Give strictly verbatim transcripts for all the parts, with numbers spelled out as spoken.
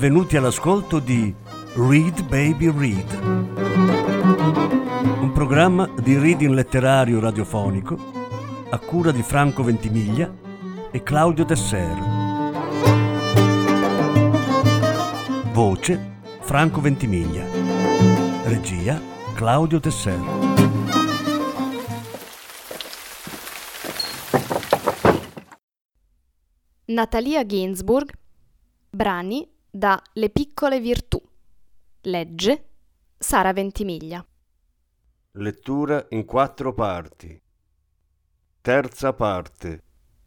Benvenuti all'ascolto di Read Baby Read, un programma di reading letterario radiofonico a cura di Franco Ventimiglia e Claudio Tesser. Voce Franco Ventimiglia. Regia Claudio Tesser. Natalia Ginzburg, brani da Le piccole virtù. Legge Sara Ventimiglia. Lettura in quattro parti. Terza parte.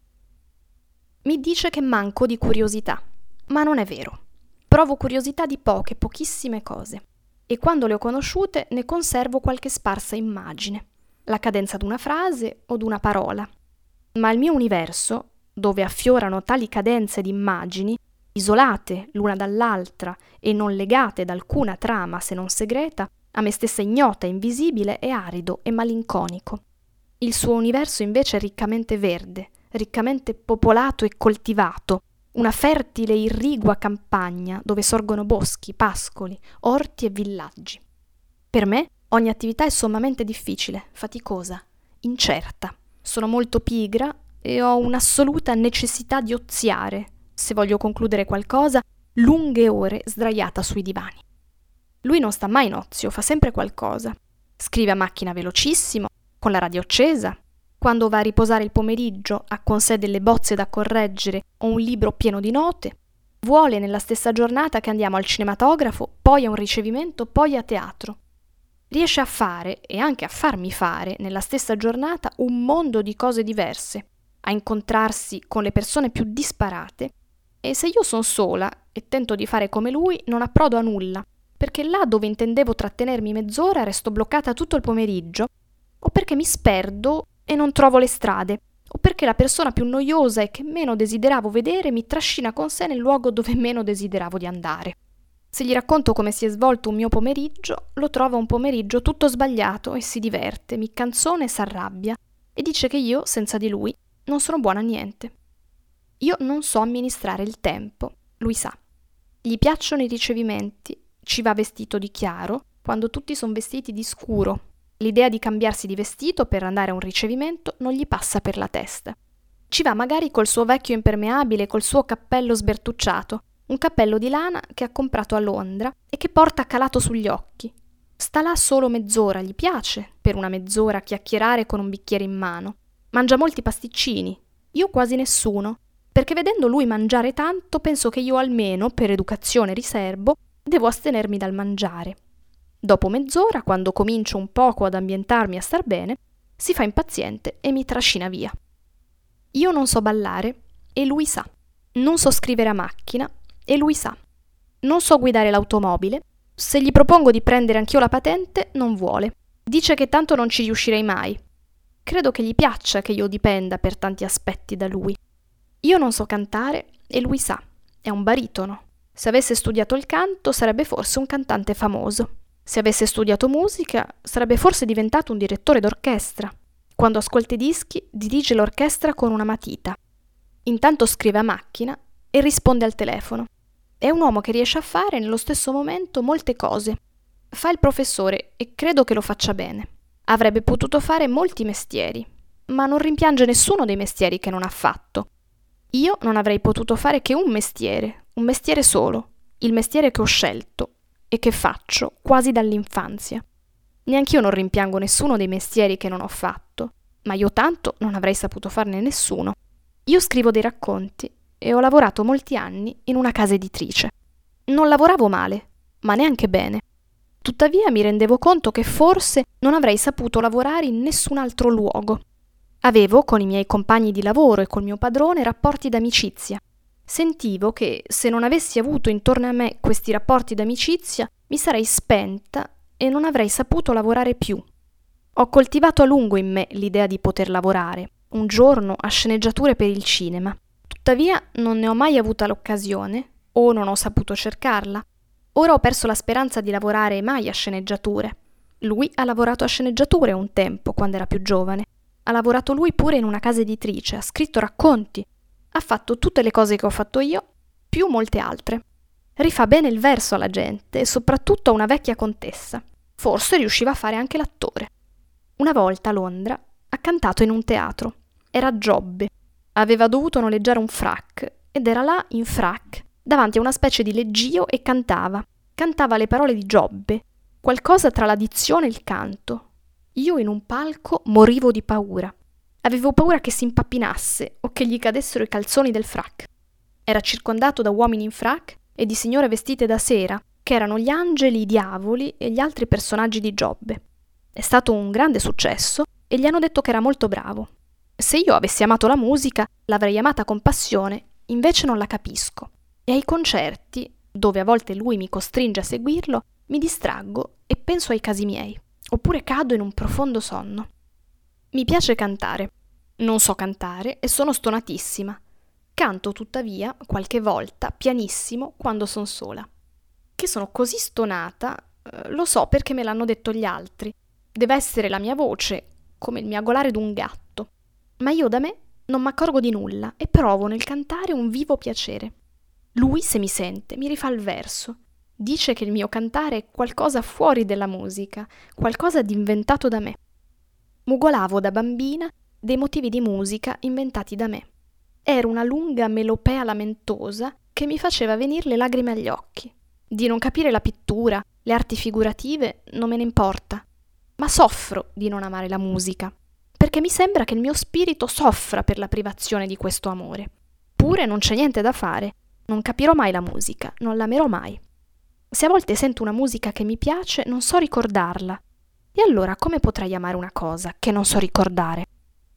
Mi dice che manco di curiosità, ma non è vero. Provo curiosità di poche, pochissime cose, e quando le ho conosciute ne conservo qualche sparsa immagine, la cadenza d'una frase o d'una parola. Ma il mio universo, dove affiorano tali cadenze di immagini, isolate l'una dall'altra e non legate da alcuna trama se non segreta, a me stessa ignota e invisibile, è arido e malinconico. Il suo universo invece è riccamente verde, riccamente popolato e coltivato, una fertile e irrigua campagna dove sorgono boschi, pascoli, orti e villaggi. Per me ogni attività è sommamente difficile, faticosa, incerta. Sono molto pigra e ho un'assoluta necessità di oziare, se voglio concludere qualcosa, lunghe ore sdraiata sui divani. Lui non sta mai in ozio, fa sempre qualcosa. Scrive a macchina velocissimo, con la radio accesa. Quando va a riposare il pomeriggio ha con sé delle bozze da correggere o un libro pieno di note. Vuole nella stessa giornata che andiamo al cinematografo, poi a un ricevimento, poi a teatro. Riesce a fare, e anche a farmi fare, nella stessa giornata un mondo di cose diverse, a incontrarsi con le persone più disparate. E se io son sola e tento di fare come lui, non approdo a nulla, perché là dove intendevo trattenermi mezz'ora resto bloccata tutto il pomeriggio, o perché mi sperdo e non trovo le strade, o perché la persona più noiosa e che meno desideravo vedere mi trascina con sé nel luogo dove meno desideravo di andare. Se gli racconto come si è svolto un mio pomeriggio, lo trova un pomeriggio tutto sbagliato e si diverte, mi canzona e s'arrabbia, e dice che io, senza di lui, non sono buona a niente. Io non so amministrare il tempo, lui sa. Gli piacciono i ricevimenti, ci va vestito di chiaro, quando tutti sono vestiti di scuro. L'idea di cambiarsi di vestito per andare a un ricevimento non gli passa per la testa. Ci va magari col suo vecchio impermeabile, col suo cappello sbertucciato, un cappello di lana che ha comprato a Londra e che porta calato sugli occhi. Sta là solo mezz'ora, gli piace per una mezz'ora chiacchierare con un bicchiere in mano. Mangia molti pasticcini, io quasi nessuno, perché vedendo lui mangiare tanto penso che io almeno, per educazione e riserbo, devo astenermi dal mangiare. Dopo mezz'ora, quando comincio un poco ad ambientarmi a star bene, si fa impaziente e mi trascina via. Io non so ballare e lui sa. Non so scrivere a macchina e lui sa. Non so guidare l'automobile. Se gli propongo di prendere anch'io la patente, non vuole. Dice che tanto non ci riuscirei mai. Credo che gli piaccia che io dipenda per tanti aspetti da lui. Io non so cantare e lui sa. È un baritono. Se avesse studiato il canto sarebbe forse un cantante famoso. Se avesse studiato musica sarebbe forse diventato un direttore d'orchestra. Quando ascolta i dischi dirige l'orchestra con una matita. Intanto scrive a macchina e risponde al telefono. È un uomo che riesce a fare nello stesso momento molte cose. Fa il professore e credo che lo faccia bene. Avrebbe potuto fare molti mestieri, ma non rimpiange nessuno dei mestieri che non ha fatto. Io non avrei potuto fare che un mestiere, un mestiere solo, il mestiere che ho scelto e che faccio quasi dall'infanzia. Neanch'io non rimpiango nessuno dei mestieri che non ho fatto, ma io tanto non avrei saputo farne nessuno. Io scrivo dei racconti e ho lavorato molti anni in una casa editrice. Non lavoravo male, ma neanche bene. Tuttavia mi rendevo conto che forse non avrei saputo lavorare in nessun altro luogo. Avevo con i miei compagni di lavoro e col mio padrone rapporti d'amicizia. Sentivo che se non avessi avuto intorno a me questi rapporti d'amicizia mi sarei spenta e non avrei saputo lavorare più. Ho coltivato a lungo in me l'idea di poter lavorare, un giorno a sceneggiature per il cinema. Tuttavia non ne ho mai avuta l'occasione o non ho saputo cercarla. Ora ho perso la speranza di lavorare mai a sceneggiature. Lui ha lavorato a sceneggiature un tempo, quando era più giovane. Ha lavorato lui pure in una casa editrice, ha scritto racconti, ha fatto tutte le cose che ho fatto io, più molte altre. Rifà bene il verso alla gente e soprattutto a una vecchia contessa. Forse riusciva a fare anche l'attore. Una volta a Londra ha cantato in un teatro. Era Giobbe. Aveva dovuto noleggiare un frac ed era là in frac davanti a una specie di leggio e cantava. Cantava le parole di Giobbe, qualcosa tra la dizione e il canto. Io in un palco morivo di paura. Avevo paura che si impappinasse o che gli cadessero i calzoni del frac. Era circondato da uomini in frac e di signore vestite da sera, che erano gli angeli, i diavoli e gli altri personaggi di Giobbe. È stato un grande successo e gli hanno detto che era molto bravo. Se io avessi amato la musica, l'avrei amata con passione, invece non la capisco. E ai concerti, dove a volte lui mi costringe a seguirlo, mi distraggo e penso ai casi miei, oppure cado in un profondo sonno. Mi piace cantare. Non so cantare e sono stonatissima. Canto tuttavia, qualche volta, pianissimo, quando son sola. Che sono così stonata, eh, lo so perché me l'hanno detto gli altri. Deve essere la mia voce, come il miagolare d'un gatto. Ma io da me non m'accorgo di nulla e provo nel cantare un vivo piacere. Lui, se mi sente, mi rifà il verso. Dice che il mio cantare è qualcosa fuori della musica, qualcosa di inventato da me. Mugolavo da bambina dei motivi di musica inventati da me. Era una lunga melopea lamentosa che mi faceva venir le lagrime agli occhi. Di non capire la pittura, le arti figurative, non me ne importa. Ma soffro di non amare la musica, perché mi sembra che il mio spirito soffra per la privazione di questo amore. Pure non c'è niente da fare. Non capirò mai la musica, non l'amerò mai. Se a volte sento una musica che mi piace, non so ricordarla. E allora come potrei amare una cosa che non so ricordare?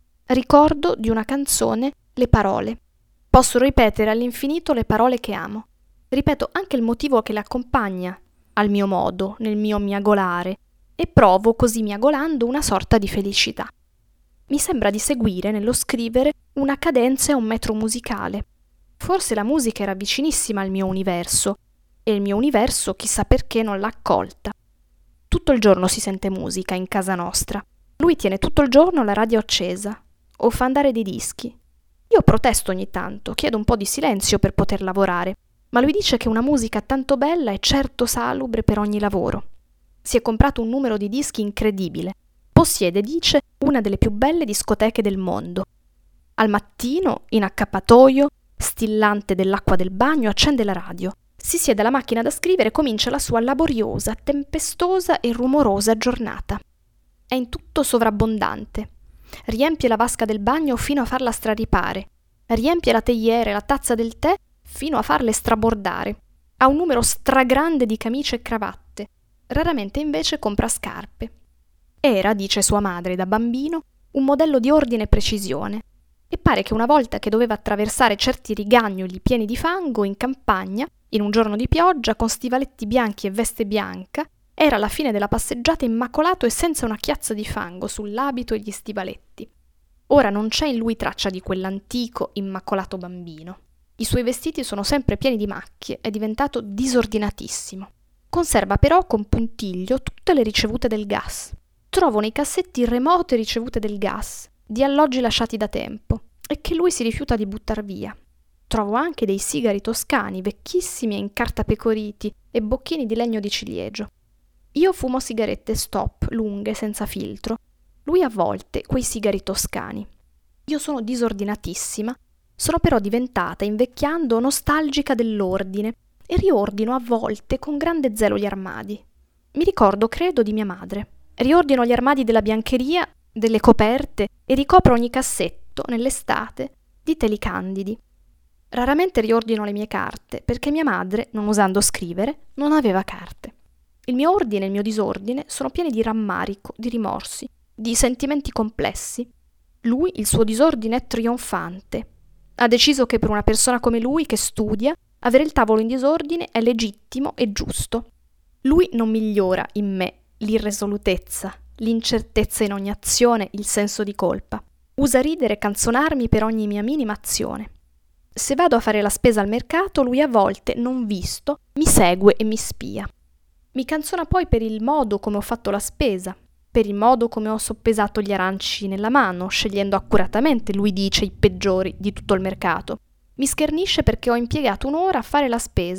Ricordo di una canzone le parole. Posso ripetere all'infinito le parole che amo. Ripeto anche il motivo che le accompagna, al mio modo, nel mio miagolare, e provo così miagolando una sorta di felicità. Mi sembra di seguire nello scrivere una cadenza e un metro musicale. Forse la musica era vicinissima al mio universo, e il mio universo chissà perché non l'ha accolta. Tutto il giorno si sente musica in casa nostra. Lui tiene tutto il giorno la radio accesa, o fa andare dei dischi. Io protesto ogni tanto, chiedo un po' di silenzio per poter lavorare, ma lui dice che una musica tanto bella è certo salubre per ogni lavoro. Si è comprato un numero di dischi incredibile. Possiede, dice, una delle più belle discoteche del mondo. Al mattino, in accappatoio, stillante dell'acqua del bagno, accende la radio. Si siede alla macchina da scrivere e comincia la sua laboriosa, tempestosa e rumorosa giornata. È in tutto sovrabbondante. Riempie la vasca del bagno fino a farla straripare. Riempie la teiera e la tazza del tè fino a farle strabordare. Ha un numero stragrande di camicie e cravatte. Raramente invece compra scarpe. Era, dice sua madre da bambino, un modello di ordine e precisione. E pare che una volta che doveva attraversare certi rigagnoli pieni di fango in campagna, in un giorno di pioggia, con stivaletti bianchi e veste bianca, era alla fine della passeggiata immacolato e senza una chiazza di fango sull'abito e gli stivaletti. Ora non c'è in lui traccia di quell'antico, immacolato bambino. I suoi vestiti sono sempre pieni di macchie, è diventato disordinatissimo. Conserva però con puntiglio tutte le ricevute del gas. Trovo nei cassetti remote ricevute del gas, di alloggi lasciati da tempo, e che lui si rifiuta di buttar via. Trovo anche dei sigari toscani, vecchissimi e incartapecoriti, e bocchini di legno di ciliegio. Io fumo sigarette stop, lunghe, senza filtro. Lui a volte quei sigari toscani. Io sono disordinatissima. Sono però diventata, invecchiando, nostalgica dell'ordine e riordino a volte con grande zelo gli armadi. Mi ricordo, credo, di mia madre. Riordino gli armadi della biancheria, delle coperte e ricopro ogni cassetto, nell'estate, di teli candidi. Raramente riordino le mie carte, perché mia madre, non usando scrivere, non aveva carte. Il mio ordine e il mio disordine sono pieni di rammarico, di rimorsi, di sentimenti complessi. Lui, il suo disordine è trionfante. Ha deciso che per una persona come lui, che studia, avere il tavolo in disordine è legittimo e giusto. Lui non migliora in me l'irresolutezza, l'incertezza in ogni azione, il senso di colpa. Usa ridere e canzonarmi per ogni mia minima azione. Se vado a fare la spesa al mercato, lui a volte, non visto, mi segue e mi spia. Mi canzona poi per il modo come ho fatto la spesa, per il modo come ho soppesato gli aranci nella mano, scegliendo accuratamente, lui dice, i peggiori di tutto il mercato. Mi schernisce perché ho impiegato un'ora a fare la spesa,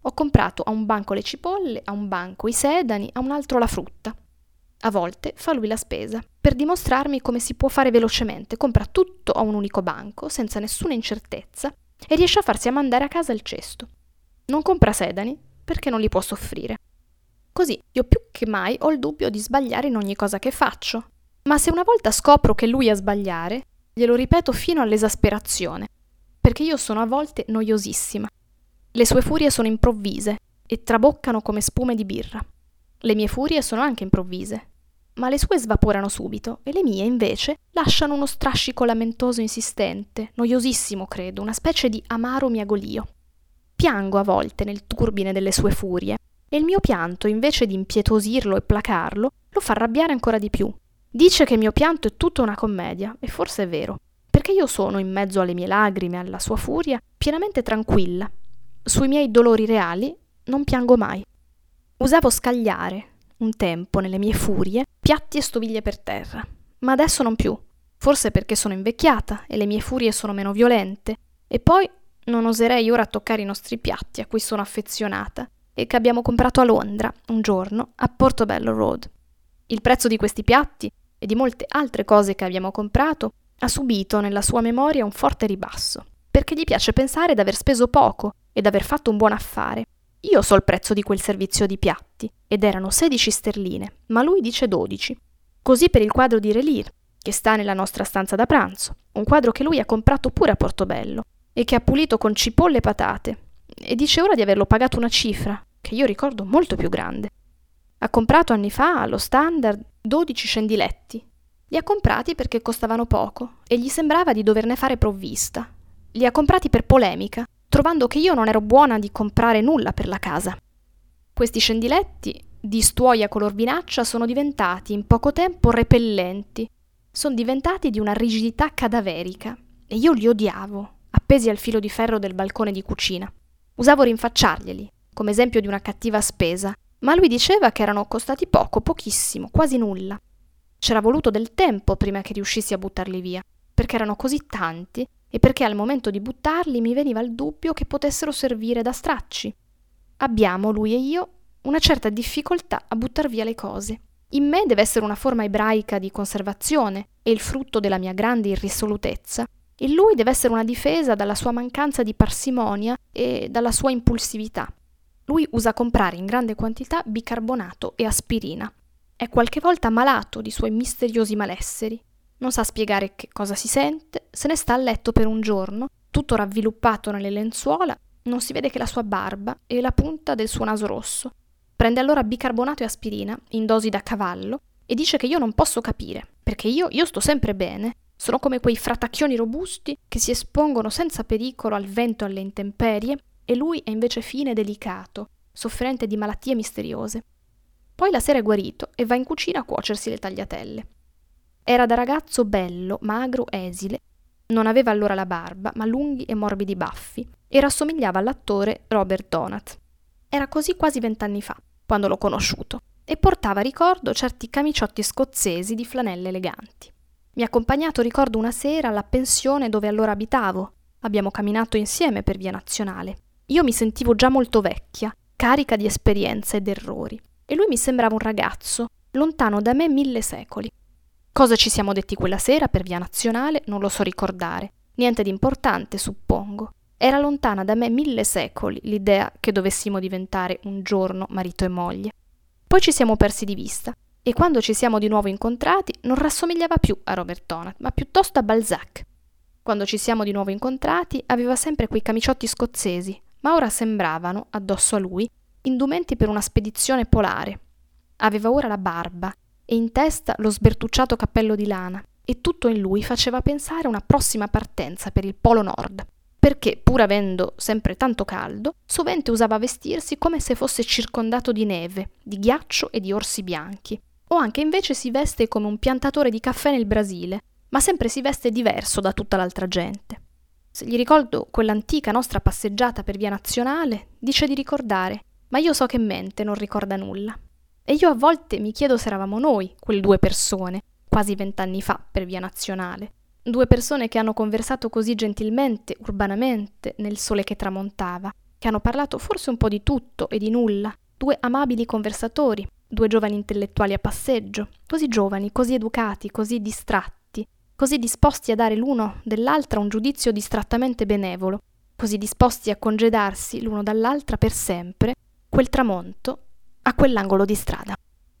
Ho comprato a un banco le cipolle, a un banco i sedani, a un altro la frutta. A volte fa lui la spesa, per dimostrarmi come si può fare velocemente, compra tutto a un unico banco, senza nessuna incertezza, e riesce a farsi a mandare a casa il cesto. Non compra sedani, perché non li può soffrire. Così io più che mai ho il dubbio di sbagliare in ogni cosa che faccio. Ma se una volta scopro che lui è a sbagliare, glielo ripeto fino all'esasperazione, perché io sono a volte noiosissima. Le sue furie sono improvvise e traboccano come spume di birra. Le mie furie sono anche improvvise, ma le sue svaporano subito e le mie, invece, lasciano uno strascico lamentoso insistente, noiosissimo credo, una specie di amaro miagolio. Piango a volte nel turbine delle sue furie, e il mio pianto, invece di impietosirlo e placarlo, lo fa arrabbiare ancora di più. Dice che il mio pianto è tutta una commedia, e forse è vero, perché io sono, in mezzo alle mie lagrime e alla sua furia, pienamente tranquilla. Sui miei dolori reali non piango mai. Usavo scagliare, un tempo, nelle mie furie, piatti e stoviglie per terra, ma adesso non più, forse perché sono invecchiata e le mie furie sono meno violente, e poi non oserei ora toccare i nostri piatti a cui sono affezionata e che abbiamo comprato a Londra, un giorno, a Portobello Road. Il prezzo di questi piatti e di molte altre cose che abbiamo comprato ha subito nella sua memoria un forte ribasso, perché gli piace pensare d'aver speso poco e d'aver fatto un buon affare. Io so il prezzo di quel servizio di piatti, ed erano sedici sterline, ma lui dice dodici. Così per il quadro di Relir, che sta nella nostra stanza da pranzo, un quadro che lui ha comprato pure a Portobello, e che ha pulito con cipolle e patate, e dice ora di averlo pagato una cifra, che io ricordo molto più grande. Ha comprato anni fa, allo Standard, dodici scendiletti. Li ha comprati perché costavano poco, e gli sembrava di doverne fare provvista. Li ha comprati per polemica, trovando che io non ero buona di comprare nulla per la casa. Questi scendiletti, di stuoia color vinaccia, sono diventati in poco tempo repellenti. Sono diventati di una rigidità cadaverica, e io li odiavo, appesi al filo di ferro del balcone di cucina. Usavo rinfacciarglieli, come esempio di una cattiva spesa, ma lui diceva che erano costati poco, pochissimo, quasi nulla. C'era voluto del tempo prima che riuscissi a buttarli via, perché erano così tanti e perché al momento di buttarli mi veniva il dubbio che potessero servire da stracci. Abbiamo, lui e io, una certa difficoltà a buttar via le cose. In me deve essere una forma ebraica di conservazione e il frutto della mia grande irrisolutezza. In lui deve essere una difesa dalla sua mancanza di parsimonia e dalla sua impulsività. Lui usa comprare in grande quantità bicarbonato e aspirina. È qualche volta malato di suoi misteriosi malesseri. Non sa spiegare che cosa si sente, se ne sta a letto per un giorno, tutto ravviluppato nelle lenzuola, non si vede che la sua barba e la punta del suo naso rosso. Prende allora bicarbonato e aspirina, in dosi da cavallo, e dice che io non posso capire, perché io, io sto sempre bene. Sono come quei fratacchioni robusti che si espongono senza pericolo al vento e alle intemperie, e lui è invece fine e delicato, soffrente di malattie misteriose. Poi la sera è guarito e va in cucina a cuocersi le tagliatelle. Era da ragazzo bello, magro, esile. Non aveva allora la barba, ma lunghi e morbidi baffi, e rassomigliava all'attore Robert Donat. Era così quasi vent'anni fa, quando l'ho conosciuto, e portava a ricordo certi camiciotti scozzesi di flanelle eleganti. Mi ha accompagnato, ricordo, una sera alla pensione dove allora abitavo. Abbiamo camminato insieme per Via Nazionale. Io mi sentivo già molto vecchia, carica di esperienze ed errori, e lui mi sembrava un ragazzo, lontano da me mille secoli. Cosa ci siamo detti quella sera per Via Nazionale non lo so ricordare, niente di importante, suppongo. Era lontana da me mille secoli l'idea che dovessimo diventare un giorno marito e moglie. Poi ci siamo persi di vista, e quando ci siamo di nuovo incontrati non rassomigliava più a Robert Donat, ma piuttosto a Balzac. Quando ci siamo di nuovo incontrati aveva sempre quei camiciotti scozzesi, ma ora sembravano, addosso a lui, indumenti per una spedizione polare. Aveva ora la barba e in testa lo sbertucciato cappello di lana, e tutto in lui faceva pensare a una prossima partenza per il Polo Nord, perché, pur avendo sempre tanto caldo, sovente usava vestirsi come se fosse circondato di neve, di ghiaccio e di orsi bianchi, o anche invece si veste come un piantatore di caffè nel Brasile, ma sempre si veste diverso da tutta l'altra gente. Se gli ricordo quell'antica nostra passeggiata per Via Nazionale, dice di ricordare, ma io so che mente, non ricorda nulla. E io a volte mi chiedo se eravamo noi, quelle due persone, quasi vent'anni fa per Via Nazionale. Due persone che hanno conversato così gentilmente, urbanamente, nel sole che tramontava, che hanno parlato forse un po' di tutto e di nulla, due amabili conversatori, due giovani intellettuali a passeggio, così giovani, così educati, così distratti, così disposti a dare l'uno dell'altra un giudizio distrattamente benevolo, così disposti a congedarsi l'uno dall'altra per sempre, quel tramonto a quell'angolo di strada.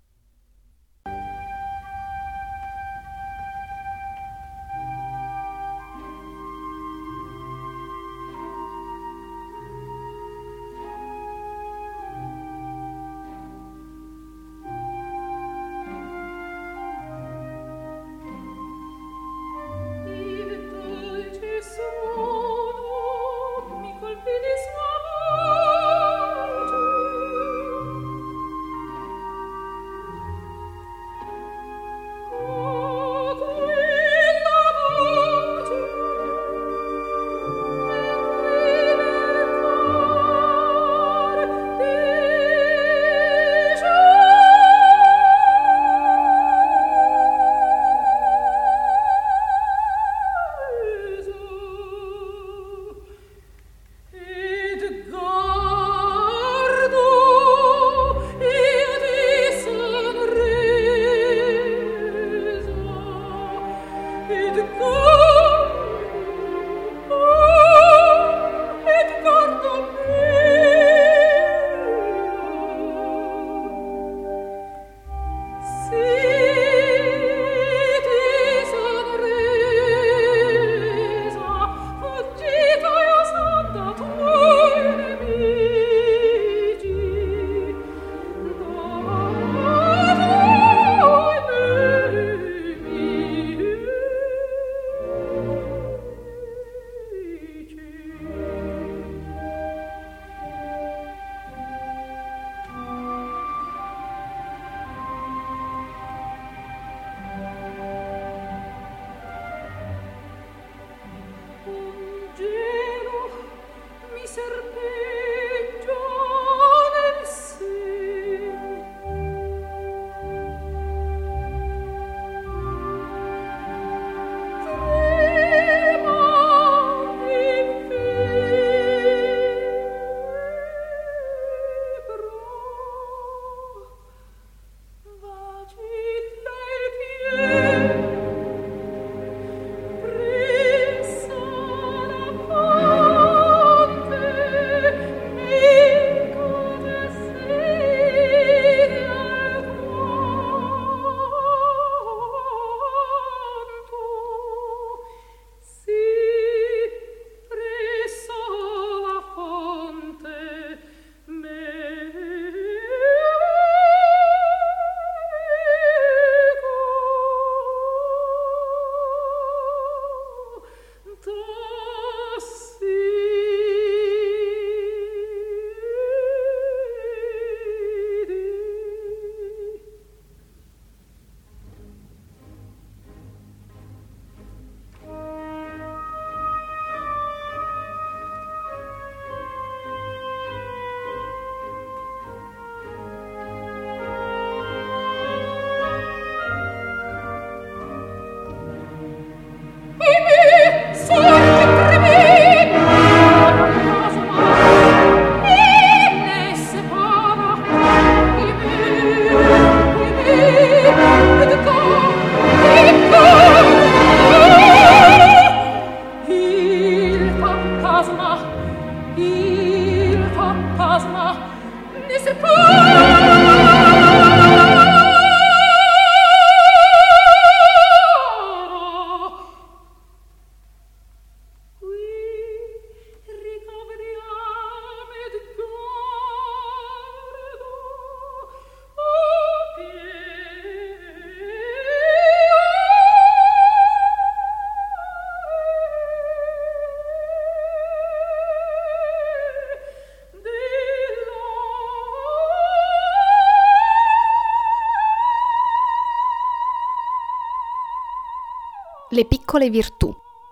Le piccole virtù.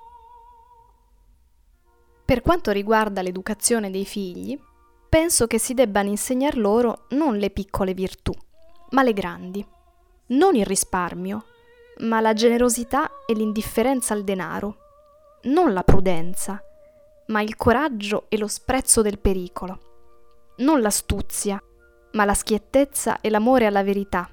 Per quanto riguarda l'educazione dei figli, penso che si debbano insegnar loro non le piccole virtù, ma le grandi. Non il risparmio, ma la generosità e l'indifferenza al denaro. Non la prudenza, ma il coraggio e lo sprezzo del pericolo. Non l'astuzia, ma la schiettezza e l'amore alla verità.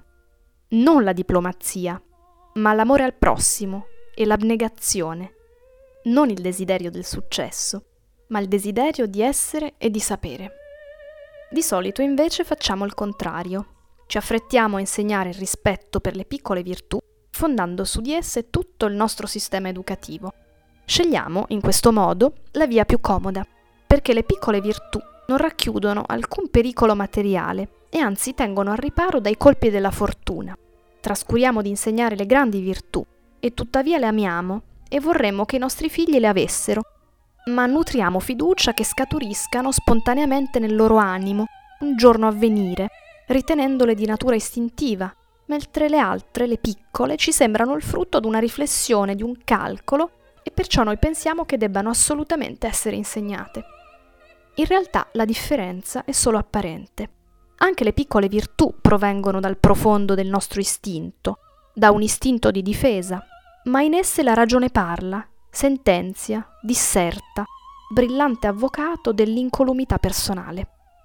Non la diplomazia, ma l'amore al prossimo e l'abnegazione. Non il desiderio del successo, ma il desiderio di essere e di sapere. Di solito invece facciamo il contrario. Ci affrettiamo a insegnare il rispetto per le piccole virtù, fondando su di esse tutto il nostro sistema educativo. Scegliamo, in questo modo, la via più comoda, perché le piccole virtù non racchiudono alcun pericolo materiale e anzi tengono al riparo dai colpi della fortuna. Trascuriamo di insegnare le grandi virtù e tuttavia le amiamo e vorremmo che i nostri figli le avessero, ma nutriamo fiducia che scaturiscano spontaneamente nel loro animo un giorno a venire, ritenendole di natura istintiva, mentre le altre, le piccole, ci sembrano il frutto di una riflessione, di un calcolo, e perciò noi pensiamo che debbano assolutamente essere insegnate. In realtà la differenza è solo apparente. Anche le piccole virtù provengono dal profondo del nostro istinto, da un istinto di difesa, ma in esse la ragione parla, sentenzia, disserta, brillante avvocato dell'incolumità personale.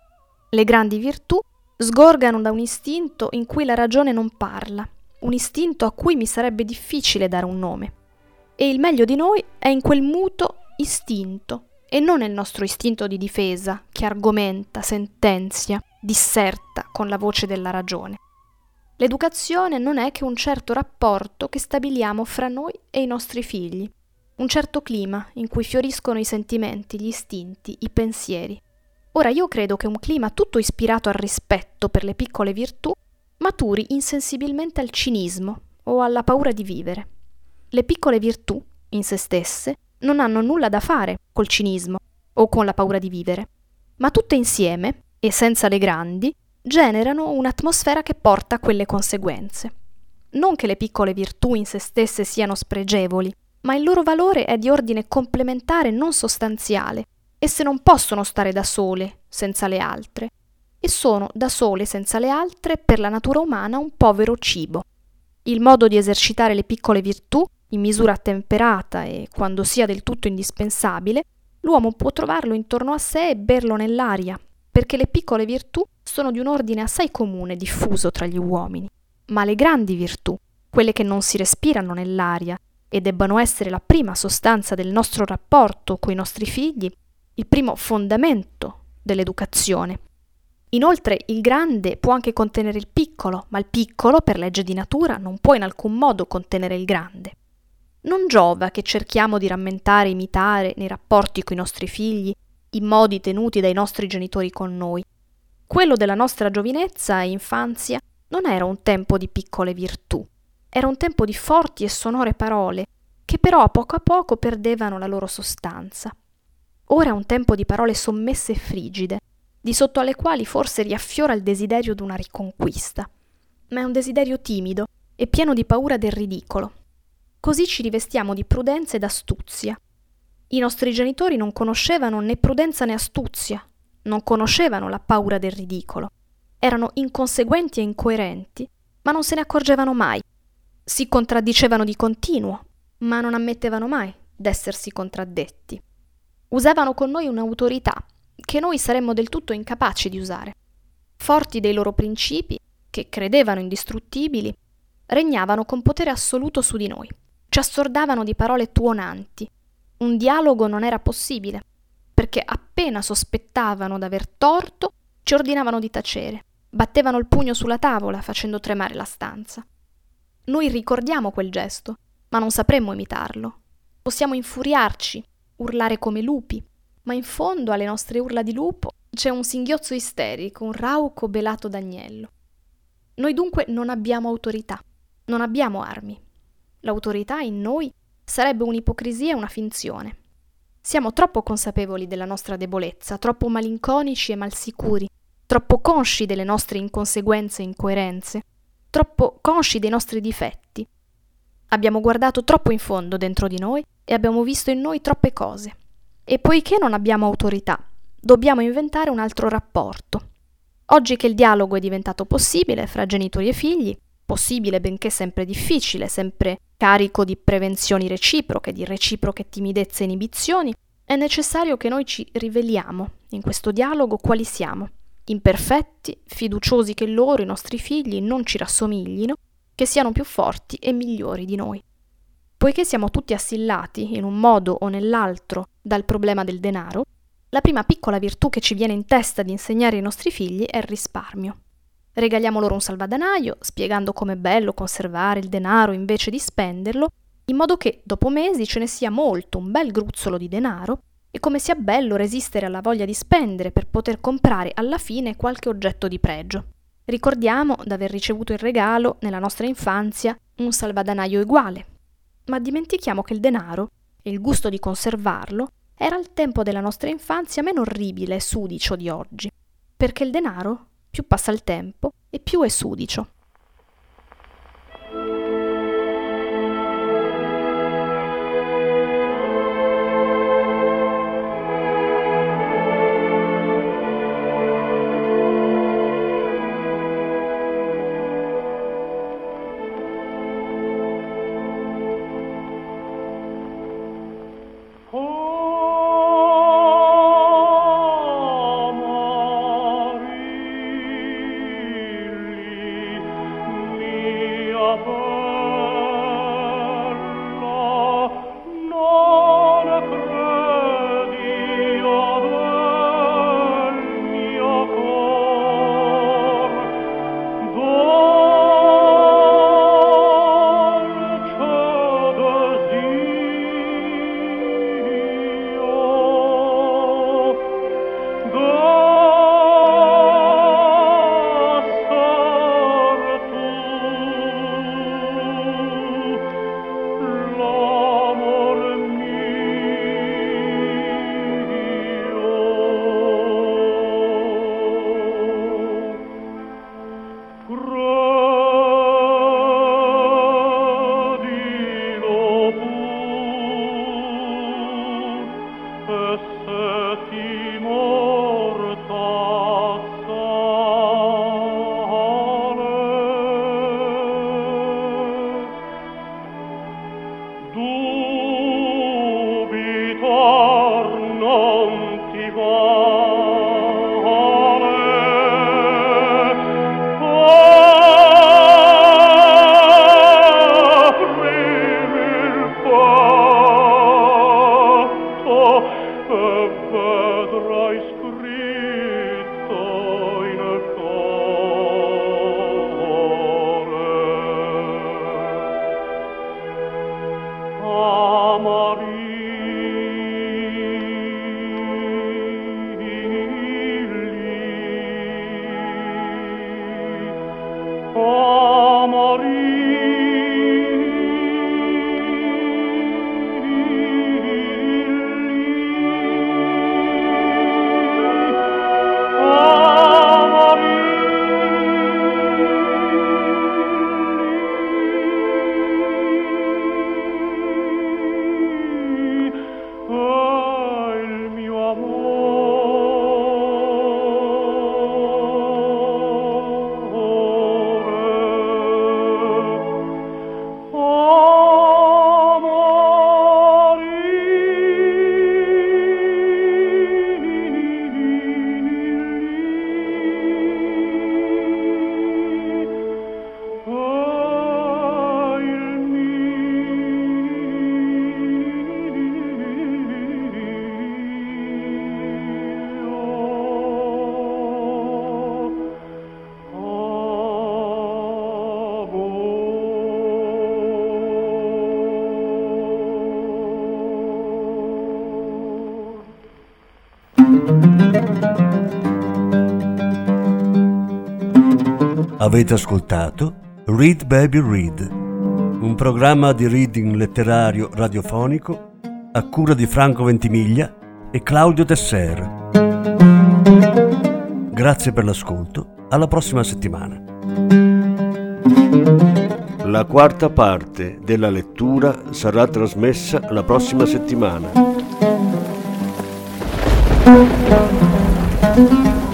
Le grandi virtù sgorgano da un istinto in cui la ragione non parla, un istinto a cui mi sarebbe difficile dare un nome. E il meglio di noi è in quel muto istinto, e non nel nostro istinto di difesa che argomenta, sentenzia, disserta con la voce della ragione. L'educazione non è che un certo rapporto che stabiliamo fra noi e i nostri figli, un certo clima in cui fioriscono i sentimenti, gli istinti, i pensieri. Ora io credo che un clima tutto ispirato al rispetto per le piccole virtù maturi insensibilmente al cinismo o alla paura di vivere. Le piccole virtù, in se stesse, non hanno nulla da fare col cinismo o con la paura di vivere, ma tutte insieme, e senza le grandi, generano un'atmosfera che porta a quelle conseguenze. Non che le piccole virtù in se stesse siano spregevoli, ma il loro valore è di ordine complementare, non sostanziale. Esse non possono stare da sole, senza le altre, e sono da sole, senza le altre, per la natura umana un povero cibo. Il modo di esercitare le piccole virtù, in misura temperata e quando sia del tutto indispensabile, l'uomo può trovarlo intorno a sé e berlo nell'aria, perché le piccole virtù sono di un ordine assai comune, diffuso tra gli uomini. Ma le grandi virtù, quelle che non si respirano nell'aria e debbano essere la prima sostanza del nostro rapporto coi nostri figli, il primo fondamento dell'educazione. Inoltre il grande può anche contenere il piccolo, ma il piccolo, per legge di natura, non può in alcun modo contenere il grande. Non giova che cerchiamo di rammentare e imitare nei rapporti coi nostri figli i modi tenuti dai nostri genitori con noi. Quello della nostra giovinezza e infanzia non era un tempo di piccole virtù, era un tempo di forti e sonore parole, che però a poco a poco perdevano la loro sostanza. Ora è un tempo di parole sommesse e frigide, di sotto alle quali forse riaffiora il desiderio d'una riconquista, ma è un desiderio timido e pieno di paura del ridicolo. Così ci rivestiamo di prudenza ed astuzia. I nostri genitori non conoscevano né prudenza né astuzia, non conoscevano la paura del ridicolo. Erano inconseguenti e incoerenti, ma non se ne accorgevano mai. Si contraddicevano di continuo, ma non ammettevano mai d'essersi contraddetti. Usavano con noi un'autorità che noi saremmo del tutto incapaci di usare. Forti dei loro principi, che credevano indistruttibili, regnavano con potere assoluto su di noi. Ci assordavano di parole tuonanti. Un dialogo non era possibile, perché appena sospettavano d'aver torto, ci ordinavano di tacere. Battevano il pugno sulla tavola, facendo tremare la stanza. Noi ricordiamo quel gesto, ma non sapremmo imitarlo. Possiamo infuriarci, urlare come lupi, ma in fondo alle nostre urla di lupo c'è un singhiozzo isterico, un rauco belato d'agnello. Noi dunque non abbiamo autorità, non abbiamo armi. L'autorità in noi sarebbe un'ipocrisia e una finzione. Siamo troppo consapevoli della nostra debolezza, troppo malinconici e malsicuri, troppo consci delle nostre inconseguenze e incoerenze, troppo consci dei nostri difetti. Abbiamo guardato troppo in fondo dentro di noi e abbiamo visto in noi troppe cose. E poiché non abbiamo autorità, dobbiamo inventare un altro rapporto. Oggi che il dialogo è diventato possibile fra genitori e figli, possibile benché sempre difficile, sempre carico di prevenzioni reciproche, di reciproche timidezze e inibizioni, È necessario che noi ci riveliamo in questo dialogo quali siamo, imperfetti, fiduciosi che loro, i nostri figli, non ci rassomiglino, che siano più forti e migliori di noi. Poiché siamo tutti assillati, in un modo o nell'altro, dal problema del denaro, la prima piccola virtù che ci viene in testa di insegnare ai nostri figli è il risparmio. Regaliamo loro un salvadanaio, spiegando com'è bello conservare il denaro invece di spenderlo, in modo che dopo mesi ce ne sia molto, un bel gruzzolo di denaro, e come sia bello resistere alla voglia di spendere per poter comprare alla fine qualche oggetto di pregio. Ricordiamo d'aver ricevuto in regalo, nella nostra infanzia, un salvadanaio uguale, ma dimentichiamo che il denaro, e il gusto di conservarlo, era al tempo della nostra infanzia meno orribile e sudicio di oggi, perché il denaro, più passa il tempo, e più è sudicio. Avete ascoltato Read Baby Read, un programma di reading letterario radiofonico a cura di Franco Ventimiglia e Claudio Tesser. Grazie per l'ascolto, alla prossima settimana. La quarta parte della lettura sarà trasmessa la prossima settimana.